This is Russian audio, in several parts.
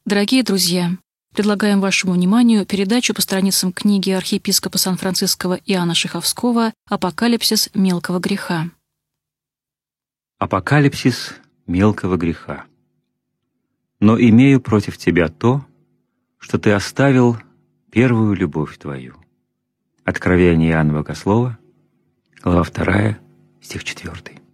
Дорогие друзья, предлагаем вашему вниманию передачу по страницам книги архиепископа Сан-Франциского Иоанна Шиховского «Апокалипсис мелкого греха». Апокалипсис мелкого греха. Но имею против тебя то, что ты оставил первую любовь твою. Откровение Иоанна Богослова, глава 2, стих 4.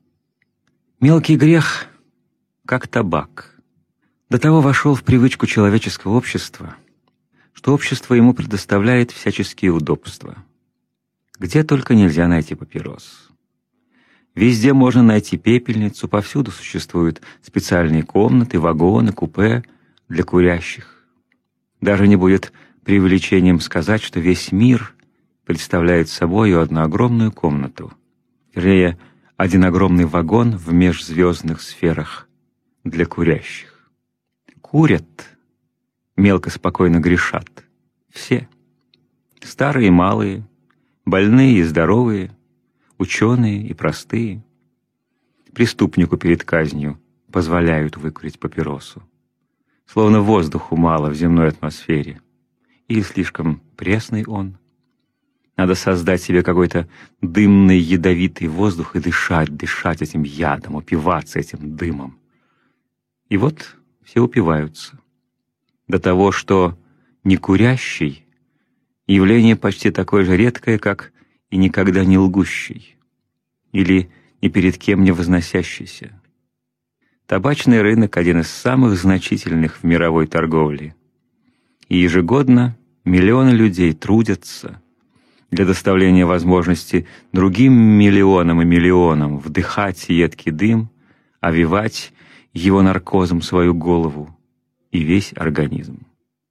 Мелкий грех, как табак, до того вошел в привычку человеческого общества, что общество ему предоставляет всяческие удобства. Где только нельзя найти папирос. Везде можно найти пепельницу, повсюду существуют специальные комнаты, вагоны, купе для курящих. Даже не будет преувеличением сказать, что весь мир представляет собой одну огромную комнату, вернее, один огромный вагон в межзвездных сферах для курящих. Курят, мелко спокойно грешат. Все. Старые и малые, больные и здоровые, ученые и простые. Преступнику перед казнью позволяют выкурить папиросу. Словно воздуху мало в земной атмосфере. Или слишком пресный он. Надо создать себе какой-то дымный, ядовитый воздух и дышать этим ядом, упиваться этим дымом. И вот все упиваются. До того, что некурящий — явление почти такое же редкое, как и никогда не лгущий, или ни перед кем не возносящийся. Табачный рынок — один из самых значительных в мировой торговле. И ежегодно миллионы людей трудятся для доставления возможности другим миллионам и миллионам вдыхать едкий дым, овивать его наркозом свою голову и весь организм.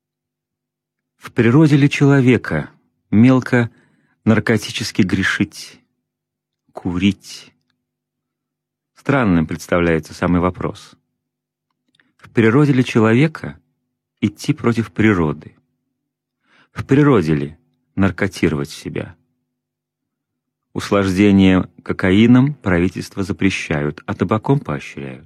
В природе ли человека мелко наркотически грешить, курить? Странным представляется самый вопрос. В природе ли человека идти против природы? В природе ли наркотировать себя? Услаждение кокаином правительства запрещают, а табаком поощряют.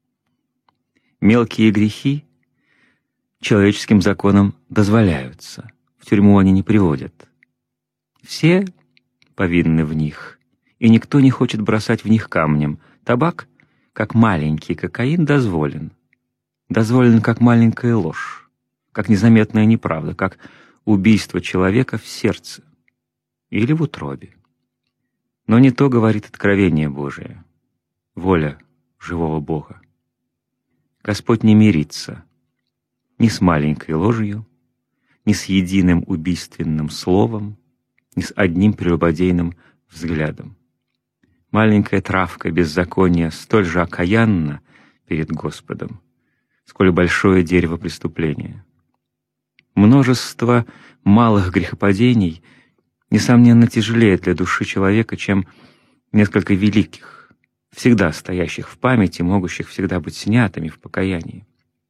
Мелкие грехи человеческим законом дозволяются, в тюрьму они не приводят. Все повинны в них, и никто не хочет бросать в них камнем. Табак, как маленький кокаин, дозволен. Дозволен, как маленькая ложь, как незаметная неправда, как убийство человека в сердце или в утробе. Но не то говорит откровение Божие, воля живого Бога. Господь не мирится ни с маленькой ложью, ни с единым убийственным словом, ни с одним прелюбодейным взглядом. Маленькая травка беззакония столь же окаянна перед Господом, сколь большое дерево преступления. Множество малых грехопадений, несомненно, тяжелее для души человека, чем несколько великих, всегда стоящих в памяти, могущих всегда быть снятыми в покаянии.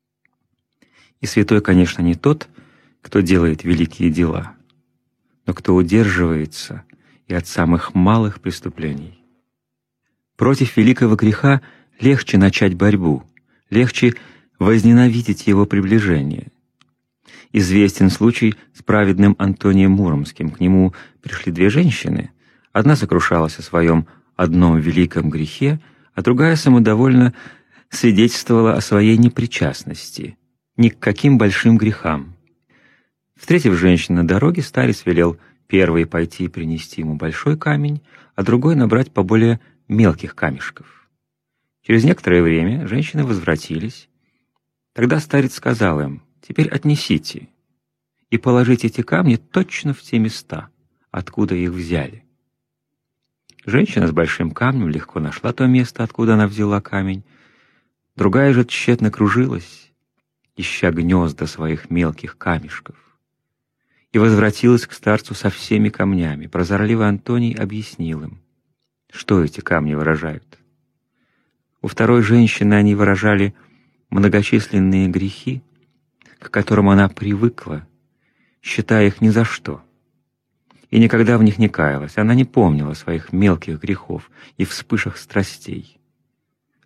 И святой, конечно, не тот, кто делает великие дела, но кто удерживается и от самых малых преступлений. Против великого греха легче начать борьбу, легче возненавидеть его приближение. Известен случай с праведным Антонием Муромским. К нему пришли две женщины. Одна сокрушалась о своем одном великом грехе, а другая самодовольно свидетельствовала о своей непричастности ни к каким большим грехам. Встретив женщину на дороге, старец велел первой пойти и принести ему большой камень, а другой набрать поболее мелких камешков. Через некоторое время женщины возвратились. Тогда старец сказал им: «Теперь отнесите и положите эти камни точно в те места, откуда их взяли». Женщина с большим камнем легко нашла то место, откуда она взяла камень. Другая же тщетно кружилась, ища гнезда своих мелких камешков, и возвратилась к старцу со всеми камнями. Прозорливый Антоний объяснил им, что эти камни выражают. У второй женщины они выражали многочисленные грехи, к которым она привыкла, считая их ни за что, и никогда в них не каялась. Она не помнила своих мелких грехов и вспышек страстей.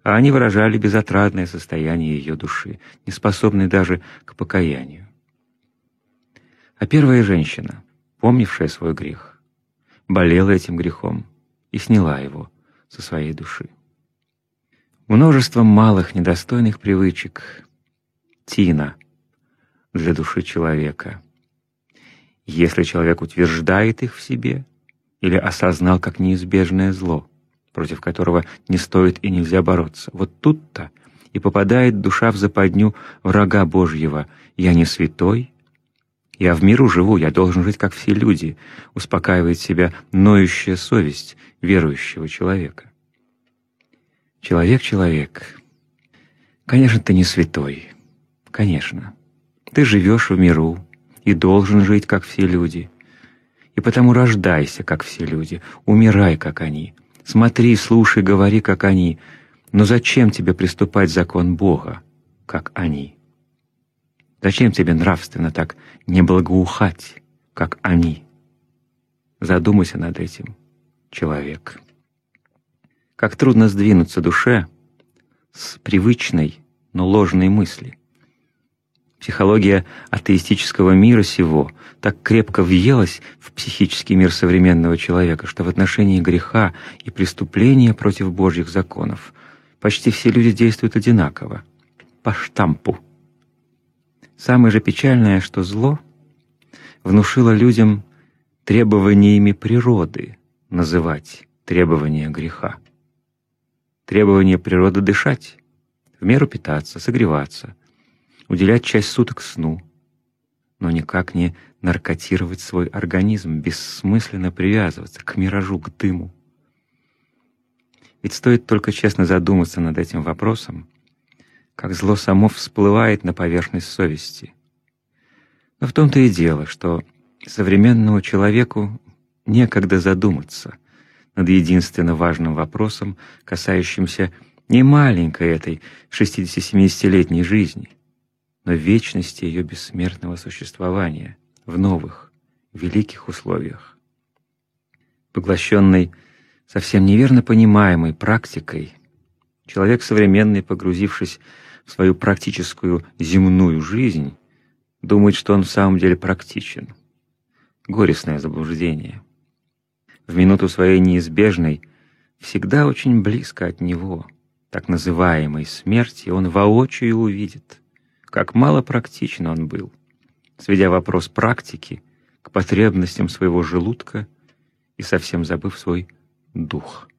а они выражали безотрадное состояние ее души, не способной даже к покаянию. А первая женщина, помнившая свой грех, болела этим грехом и сняла его со своей души. Множество малых недостойных привычек — тина для души человека. Если человек утверждает их в себе или осознал как неизбежное зло, против которого не стоит и нельзя бороться, вот тут-то и попадает душа в западню врага Божьего. «Я не святой, я в миру живу, я должен жить, как все люди», успокаивает себя ноющая совесть верующего человека. Человек, конечно, ты не святой, конечно. Ты живешь в миру и должен жить, как все люди. И потому рождайся, как все люди, умирай, как они. Смотри, слушай, говори, как они. Но зачем тебе приступать закон Бога, как они? Зачем тебе нравственно так не благоухать, как они? Задумайся над этим, человек. Как трудно сдвинуться душе с привычной, но ложной мысли. Психология атеистического мира сего так крепко въелась в психический мир современного человека, что в отношении греха и преступления против Божьих законов почти все люди действуют одинаково, по штампу. Самое же печальное, что зло внушило людям требованиями природы называть требования греха. Требование природы дышать, в меру питаться, согреваться, уделять часть суток сну, но никак не наркотировать свой организм, бессмысленно привязываться к миражу, к дыму. Ведь стоит только честно задуматься над этим вопросом, как зло само всплывает на поверхность совести. Но в том-то и дело, что современному человеку некогда задуматься над единственно важным вопросом, касающимся не маленькой этой 60-70-летней жизни, но вечности ее бессмертного существования в новых, великих условиях. Поглощенный совсем неверно понимаемой практикой, человек современный, погрузившись в свою практическую земную жизнь, думает, что он в самом деле практичен. Горестное заблуждение. В минуту своей неизбежной, всегда очень близко от него, так называемой смерти, он воочию увидит, как мало практичен он был, сведя вопрос практики к потребностям своего желудка и совсем забыв свой дух.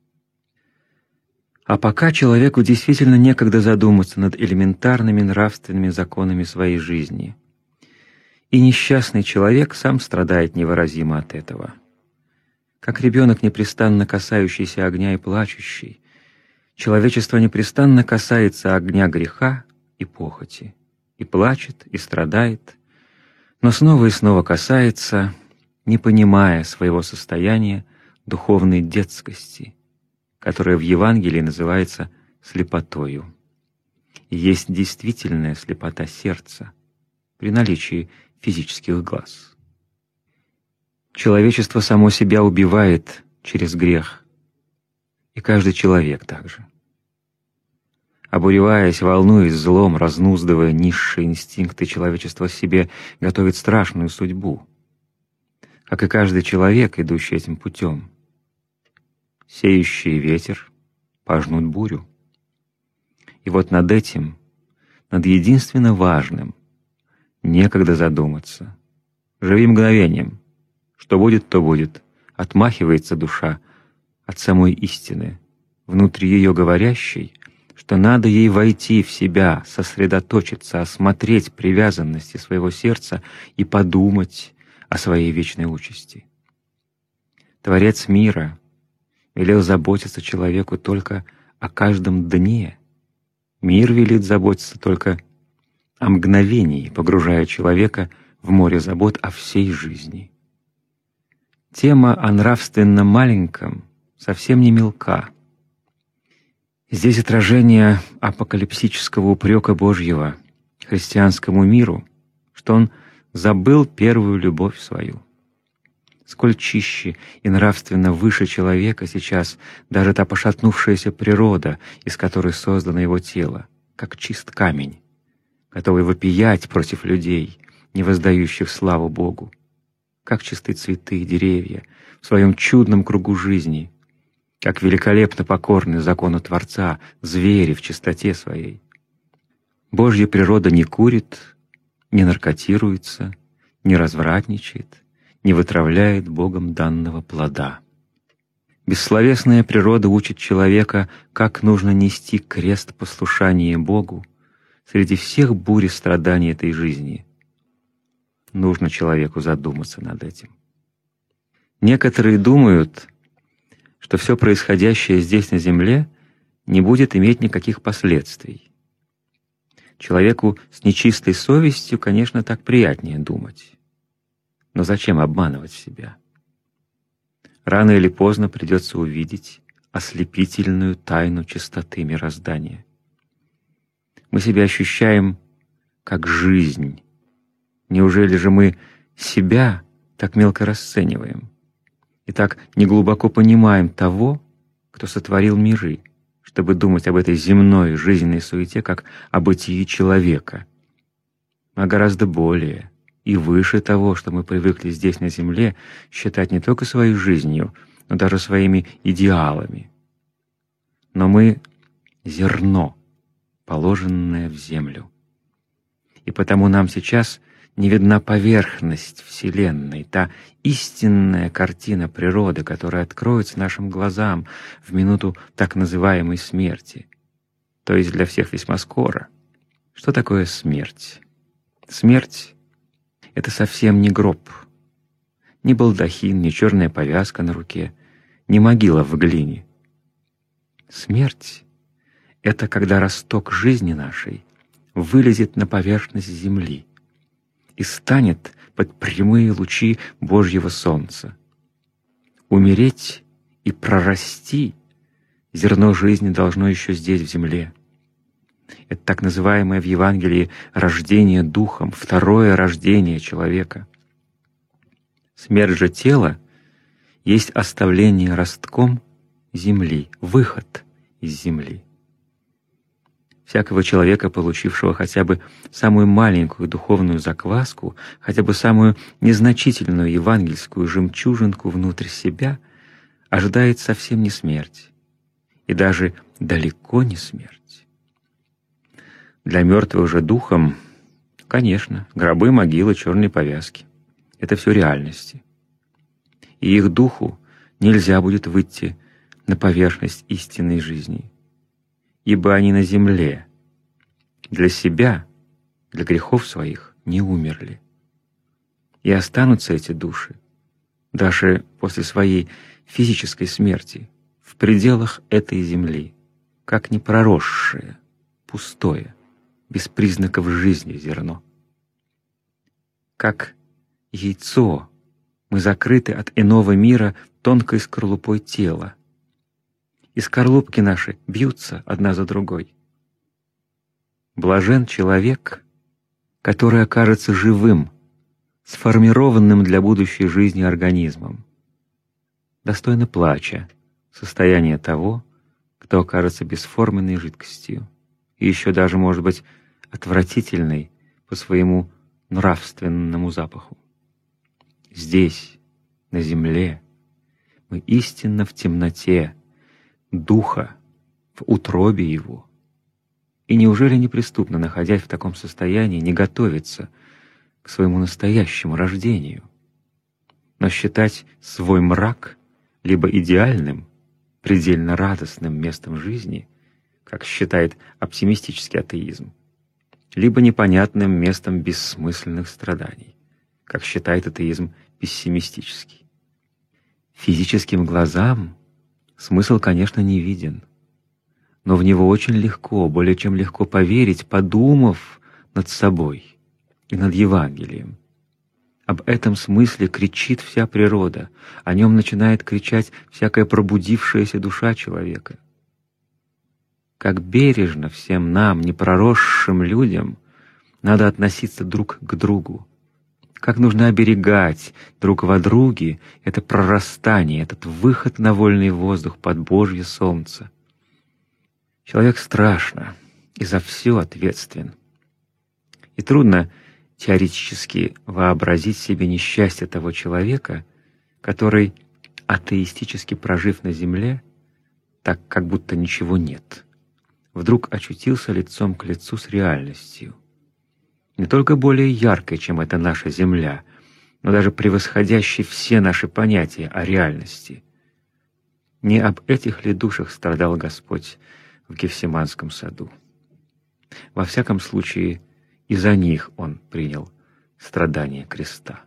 А пока человеку действительно некогда задуматься над элементарными нравственными законами своей жизни. И несчастный человек сам страдает невыразимо от этого. Как ребенок, непрестанно касающийся огня и плачущий, человечество непрестанно касается огня греха и похоти, и плачет, и страдает, но снова и снова касается, не понимая своего состояния духовной детскости, которая в Евангелии называется слепотою. И есть действительная слепота сердца при наличии физических глаз. Человечество само себя убивает через грех, и каждый человек также. Обуреваясь, волнуясь злом, разнуздывая низшие инстинкты, человечество себе готовит страшную судьбу, как и каждый человек, идущий этим путем. Сеющий ветер пожнут бурю. И вот над этим, над единственно важным, некогда задуматься. Живи мгновением. Что будет, то будет. Отмахивается душа от самой истины, внутри ее говорящей, что надо ей войти в себя, сосредоточиться, осмотреть привязанности своего сердца и подумать о своей вечной участи. Творец мира велел заботиться человеку только о каждом дне. Мир велит заботиться только о мгновении, погружая человека в море забот о всей жизни. Тема о нравственно маленьком совсем не мелка. Здесь отражение апокалипсического упрека Божьего христианскому миру, что он забыл первую любовь свою. Сколь чище и нравственно выше человека сейчас даже та пошатнувшаяся природа, из которой создано его тело, как чист камень, готовый вопиять против людей, не воздающих славу Богу. Как чисты цветы и деревья в своем чудном кругу жизни, как великолепно покорны закону Творца звери в чистоте своей. Божья природа не курит, не наркотируется, не развратничает, не вытравляет Богом данного плода. Бессловесная природа учит человека, как нужно нести крест послушания Богу среди всех бурь и страданий этой жизни. Нужно человеку задуматься над этим. Некоторые думают, что все происходящее здесь на земле не будет иметь никаких последствий. Человеку с нечистой совестью, конечно, так приятнее думать. Но зачем обманывать себя? Рано или поздно придется увидеть ослепительную тайну чистоты мироздания. Мы себя ощущаем как жизнь. Неужели же мы себя так мелко расцениваем и так неглубоко понимаем того, кто сотворил миры, чтобы думать об этой земной жизненной суете как о бытии человека, а гораздо более и выше того, что мы привыкли здесь на земле считать не только своей жизнью, но даже своими идеалами. Но мы — зерно, положенное в землю. И потому нам сейчас не видна поверхность Вселенной, та истинная картина природы, которая откроется нашим глазам в минуту так называемой смерти, то есть для всех весьма скоро. Что такое смерть? Смерть — это совсем не гроб, ни балдахин, ни черная повязка на руке, ни могила в глине. Смерть — это когда росток жизни нашей вылезет на поверхность земли и станет под прямые лучи Божьего солнца. Умереть и прорасти зерно жизни должно еще здесь, в земле. Это так называемое в Евангелии рождение духом, второе рождение человека. Смерть же тела есть оставление ростком земли, выход из земли. Всякого человека, получившего хотя бы самую маленькую духовную закваску, хотя бы самую незначительную евангельскую жемчужинку внутрь себя, ожидает совсем не смерть, и даже далеко не смерть. Для мертвых же духом, конечно, гробы, могилы, черные повязки — это все реальности. И их духу нельзя будет выйти на поверхность истинной жизни, ибо они на земле, для себя, для грехов своих не умерли. И останутся эти души, даже после своей физической смерти, в пределах этой земли, как непроросшее, пустое, без признаков жизни зерно. Как яйцо мы закрыты от иного мира тонкой скорлупой тела, и скорлупки наши бьются одна за другой. Блажен человек, который окажется живым, сформированным для будущей жизни организмом. Достойно плача состояние того, кто окажется бесформенной жидкостью, и еще даже, может быть, отвратительной по своему нравственному запаху. Здесь, на земле, мы истинно в темноте духа, в утробе его. И неужели неприступно, находясь в таком состоянии, не готовиться к своему настоящему рождению, но считать свой мрак либо идеальным, предельно радостным местом жизни, как считает оптимистический атеизм, либо непонятным местом бессмысленных страданий, как считает атеизм пессимистический. Физическим глазам смысл, конечно, не виден, но в него очень легко, более чем легко поверить, подумав над собой и над Евангелием. Об этом смысле кричит вся природа, о нем начинает кричать всякая пробудившаяся душа человека. Как бережно всем нам, непроросшим людям, надо относиться друг к другу, как нужно оберегать друг во друге это прорастание, этот выход на вольный воздух под Божье солнце. Человек страшно и за все ответственен. И трудно теоретически вообразить себе несчастье того человека, который, атеистически прожив на земле, так как будто ничего нет, вдруг очутился лицом к лицу с реальностью, не только более яркой, чем эта наша земля, но даже превосходящей все наши понятия о реальности. Не об этих ли душах страдал Господь в Гефсиманском саду? Во всяком случае, и за них Он принял страдания креста.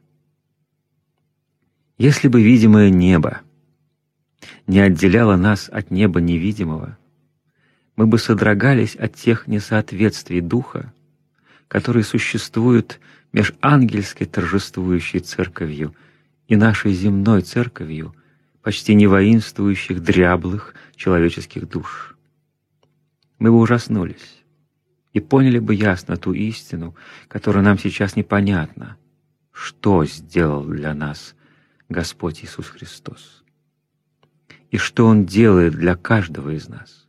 Если бы видимое небо не отделяло нас от неба невидимого, мы бы содрогались от тех несоответствий духа, которые существуют меж ангельской торжествующей церковью и нашей земной церковью, почти не воинствующих дряблых человеческих душ. Мы бы ужаснулись и поняли бы ясно ту истину, которая нам сейчас непонятна, что сделал для нас Господь Иисус Христос и что Он делает для каждого из нас.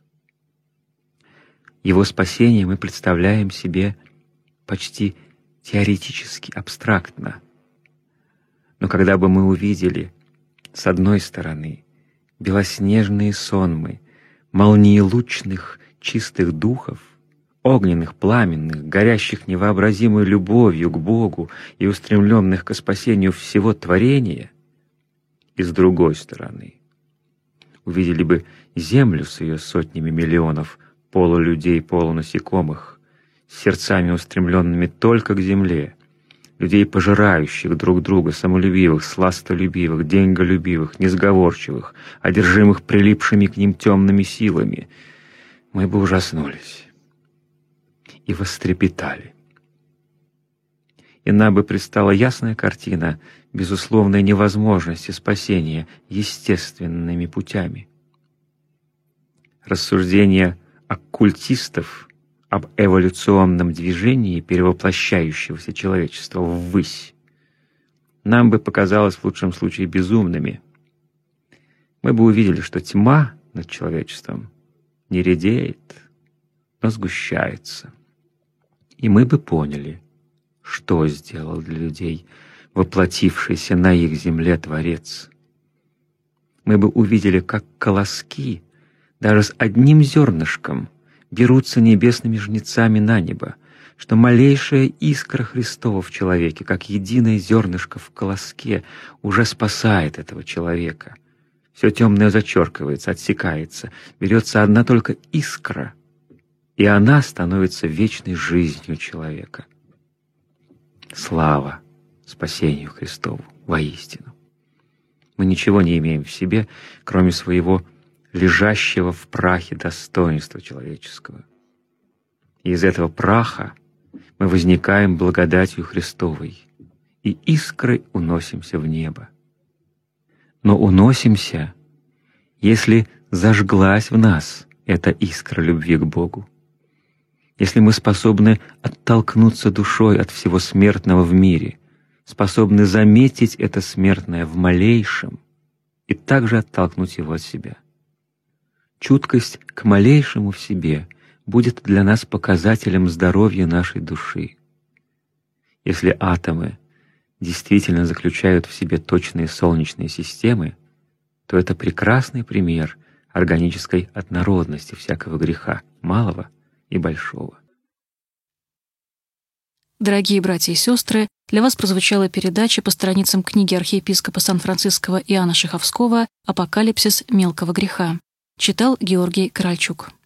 Его спасение мы представляем себе почти теоретически, абстрактно. Но когда бы мы увидели, с одной стороны, белоснежные сонмы молниелучных чистых духов, огненных, пламенных, горящих невообразимой любовью к Богу и устремленных к спасению всего творения, и с другой стороны, увидели бы землю с ее сотнями миллионов полулюдей, полунасекомых, с сердцами устремленными только к земле, людей, пожирающих друг друга, самолюбивых, сластолюбивых, деньголюбивых, несговорчивых, одержимых прилипшими к ним темными силами, мы бы ужаснулись и вострепетали. И нам бы предстала ясная картина безусловной невозможности спасения естественными путями. Рассуждения оккультистов об эволюционном движении перевоплощающегося человечества ввысь нам бы показалось в лучшем случае безумными. Мы бы увидели, что тьма над человечеством не редеет, но сгущается. И мы бы поняли, что сделал для людей воплотившийся на их земле Творец. Мы бы увидели, как колоски, даже с одним зернышком, берутся небесными жнецами на небо, что малейшая искра Христова в человеке, как единое зернышко в колоске, уже спасает этого человека. Все темное зачеркивается, отсекается, берется одна только искра, и она становится вечной жизнью человека. Слава спасению Христову воистину! Мы ничего не имеем в себе, кроме своего лежащего в прахе достоинства человеческого. И из этого праха мы возникаем благодатью Христовой и искрой уносимся в небо. Но уносимся, если зажглась в нас эта искра любви к Богу, если мы способны оттолкнуться душой от всего смертного в мире, способны заметить это смертное в малейшем и также оттолкнуть его от себя. Чуткость к малейшему в себе будет для нас показателем здоровья нашей души. Если атомы действительно заключают в себе точные солнечные системы, то это прекрасный пример органической однородности всякого греха, малого и большого. Дорогие братья и сестры, для вас прозвучала передача по страницам книги архиепископа Сан-Франциского Иоанна Шиховского «Апокалипсис мелкого греха». Читал Георгий Корольчук.